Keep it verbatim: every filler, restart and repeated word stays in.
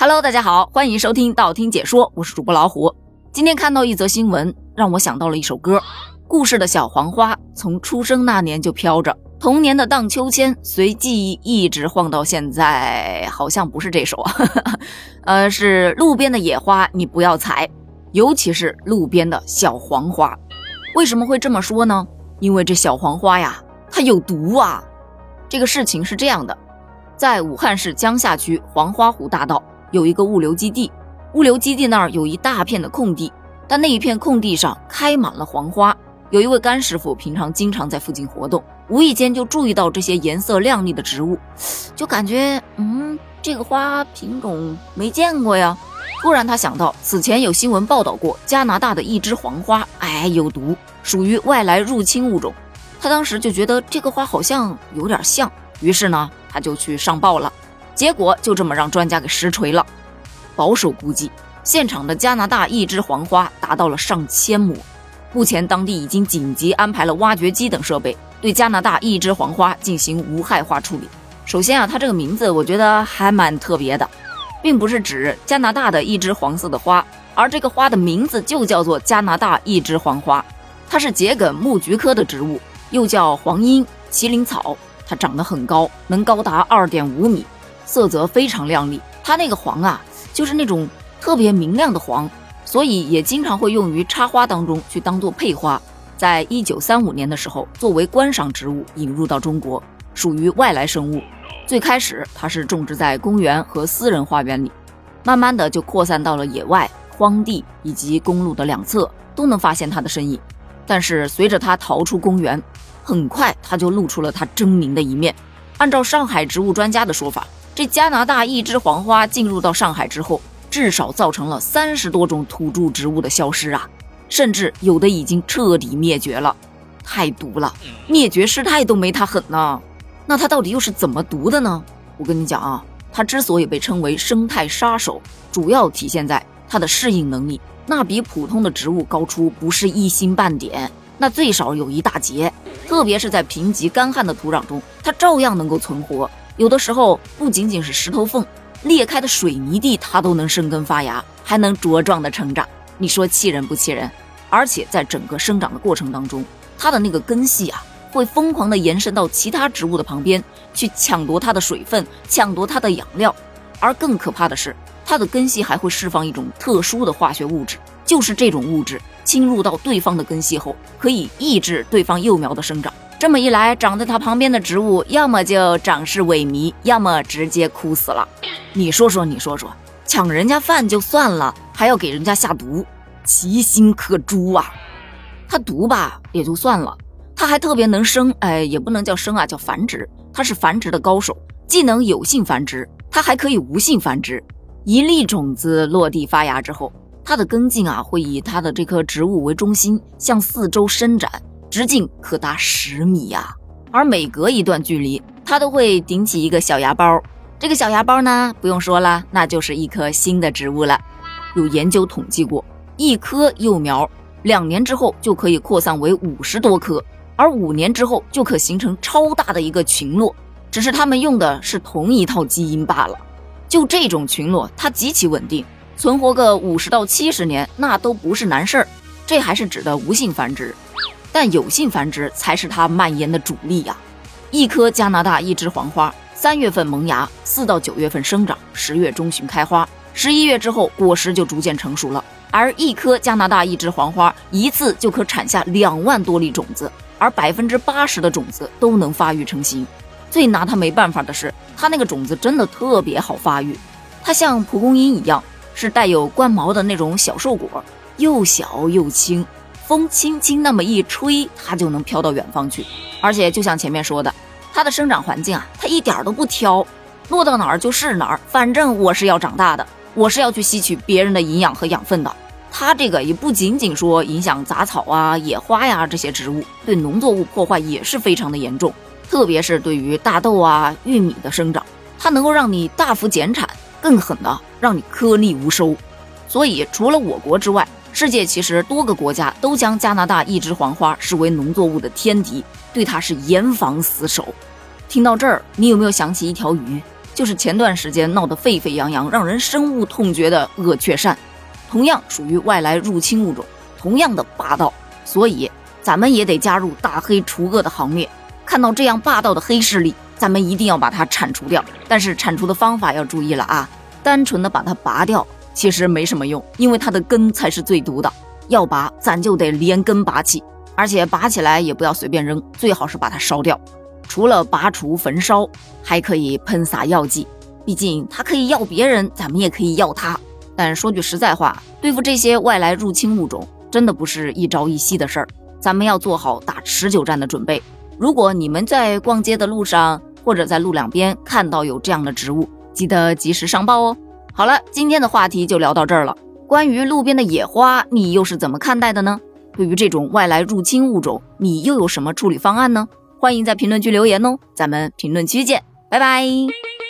Hello， 大家好，欢迎收听道听解说，我是主播老虎。今天看到一则新闻，让我想到了一首歌。故事的小黄花从出生那年就飘着，童年的荡秋千随记忆一直晃到现在，好像不是这首啊，呃，是路边的野花你不要采，尤其是路边的小黄花。为什么会这么说呢？因为这小黄花呀，它有毒啊。这个事情是这样的，在武汉市江夏区黄花湖大道有一个物流基地，物流基地那儿有一大片的空地，但那一片空地上开满了黄花。有一位干师傅平常经常在附近活动，无意间就注意到这些颜色亮丽的植物，就感觉嗯，这个花品种没见过呀。突然他想到此前有新闻报道过加拿大的一枝黄花，哎，有毒，属于外来入侵物种。他当时就觉得这个花好像有点像，于是呢他就去上报了，结果就这么让专家给实锤了。保守估计现场的加拿大一枝黄花达到了上千亩。目前当地已经紧急安排了挖掘机等设备，对加拿大一枝黄花进行无害化处理。首先啊，它这个名字我觉得还蛮特别的，并不是指加拿大的一枝黄色的花，而这个花的名字就叫做加拿大一枝黄花。它是桔梗木菊科的植物，又叫黄莺、麒麟草。它长得很高，能高达 二点五米，色泽非常亮丽。它那个黄啊，就是那种特别明亮的黄，所以也经常会用于插花当中去当做配花。在一九三五年的时候，作为观赏植物引入到中国，属于外来生物。最开始它是种植在公园和私人花园里，慢慢的就扩散到了野外、荒地以及公路的两侧，都能发现它的身影。但是随着它逃出公园，很快它就露出了它狰狞的一面。按照上海植物专家的说法，这加拿大一枝黄花进入到上海之后，至少造成了三十多种土著植物的消失啊，甚至有的已经彻底灭绝了。太毒了，灭绝师太都没它狠呢。那它到底又是怎么毒的呢？我跟你讲啊，它之所以被称为生态杀手，主要体现在它的适应能力，那比普通的植物高出不是一星半点，那最少有一大截。特别是在贫瘠干旱的土壤中，它照样能够存活。有的时候不仅仅是石头缝，裂开的水泥地它都能生根发芽，还能茁壮的成长。你说气人不气人？而且在整个生长的过程当中，它的那个根系啊，会疯狂的延伸到其他植物的旁边，去抢夺它的水分，抢夺它的养料。而更可怕的是，它的根系还会释放一种特殊的化学物质，就是这种物质侵入到对方的根系后，可以抑制对方幼苗的生长。这么一来，长在它旁边的植物要么就长势萎靡，要么直接枯死了。你说说你说说，抢人家饭就算了，还要给人家下毒，其心可诛啊。它毒吧也就算了，它还特别能生，哎，也不能叫生啊，叫繁殖。它是繁殖的高手，既能有性繁殖，它还可以无性繁殖。一粒种子落地发芽之后，它的根茎啊会以它的这棵植物为中心向四周伸展，直径可达十米啊。而每隔一段距离，它都会顶起一个小芽包。这个小芽包呢，不用说了，那就是一棵新的植物了。有研究统计过，一棵幼苗两年之后就可以扩散为五十多棵，而五年之后就可形成超大的一个群落，只是他们用的是同一套基因罢了。就这种群落，它极其稳定，存活个五十到七十年，那都不是难事儿。这还是指的无性繁殖，但有性繁殖才是它蔓延的主力呀。一棵加拿大一枝黄花，三月份萌芽，四到九月份生长，十月中旬开花，十一月之后果实就逐渐成熟了。而一棵加拿大一枝黄花一次就可产下两万多粒种子，而百分之八十的种子都能发育成型。最拿它没办法的是，它那个种子真的特别好发育，它像蒲公英一样，是带有冠毛的那种小瘦果，又小又轻，风轻轻那么一吹，它就能飘到远方去。而且就像前面说的，它的生长环境啊，它一点都不挑，落到哪儿就是哪儿，反正我是要长大的，我是要去吸取别人的营养和养分的。它这个也不仅仅说影响杂草啊、野花呀这些植物，对农作物破坏也是非常的严重，特别是对于大豆啊、玉米的生长，它能够让你大幅减产，更狠的让你颗粒无收。所以除了我国之外，世界其实多个国家都将加拿大一枝黄花视为农作物的天敌，对它是严防死守。听到这儿，你有没有想起一条鱼， 就是前段时间闹得沸沸扬扬、让人深恶痛绝的鳄雀鳝，同样属于外来入侵物种，同样的霸道，所以咱们也得加入大黑除恶的行列。看到这样霸道的黑势力，咱们一定要把它铲除掉。但是铲除的方法要注意了啊，单纯的把它拔掉其实没什么用，因为它的根才是最毒的，要拔咱就得连根拔起，而且拔起来也不要随便扔，最好是把它烧掉。除了拔除焚烧，还可以喷洒药剂，毕竟它可以要别人，咱们也可以要它。但说句实在话，对付这些外来入侵物种真的不是一朝一夕的事儿，咱们要做好打持久战的准备。如果你们在逛街的路上或者在路两边看到有这样的植物，记得及时上报哦。好了，今天的话题就聊到这儿了。关于路边的野花，你又是怎么看待的呢？对于这种外来入侵物种，你又有什么处理方案呢？欢迎在评论区留言哦，咱们评论区见，拜拜。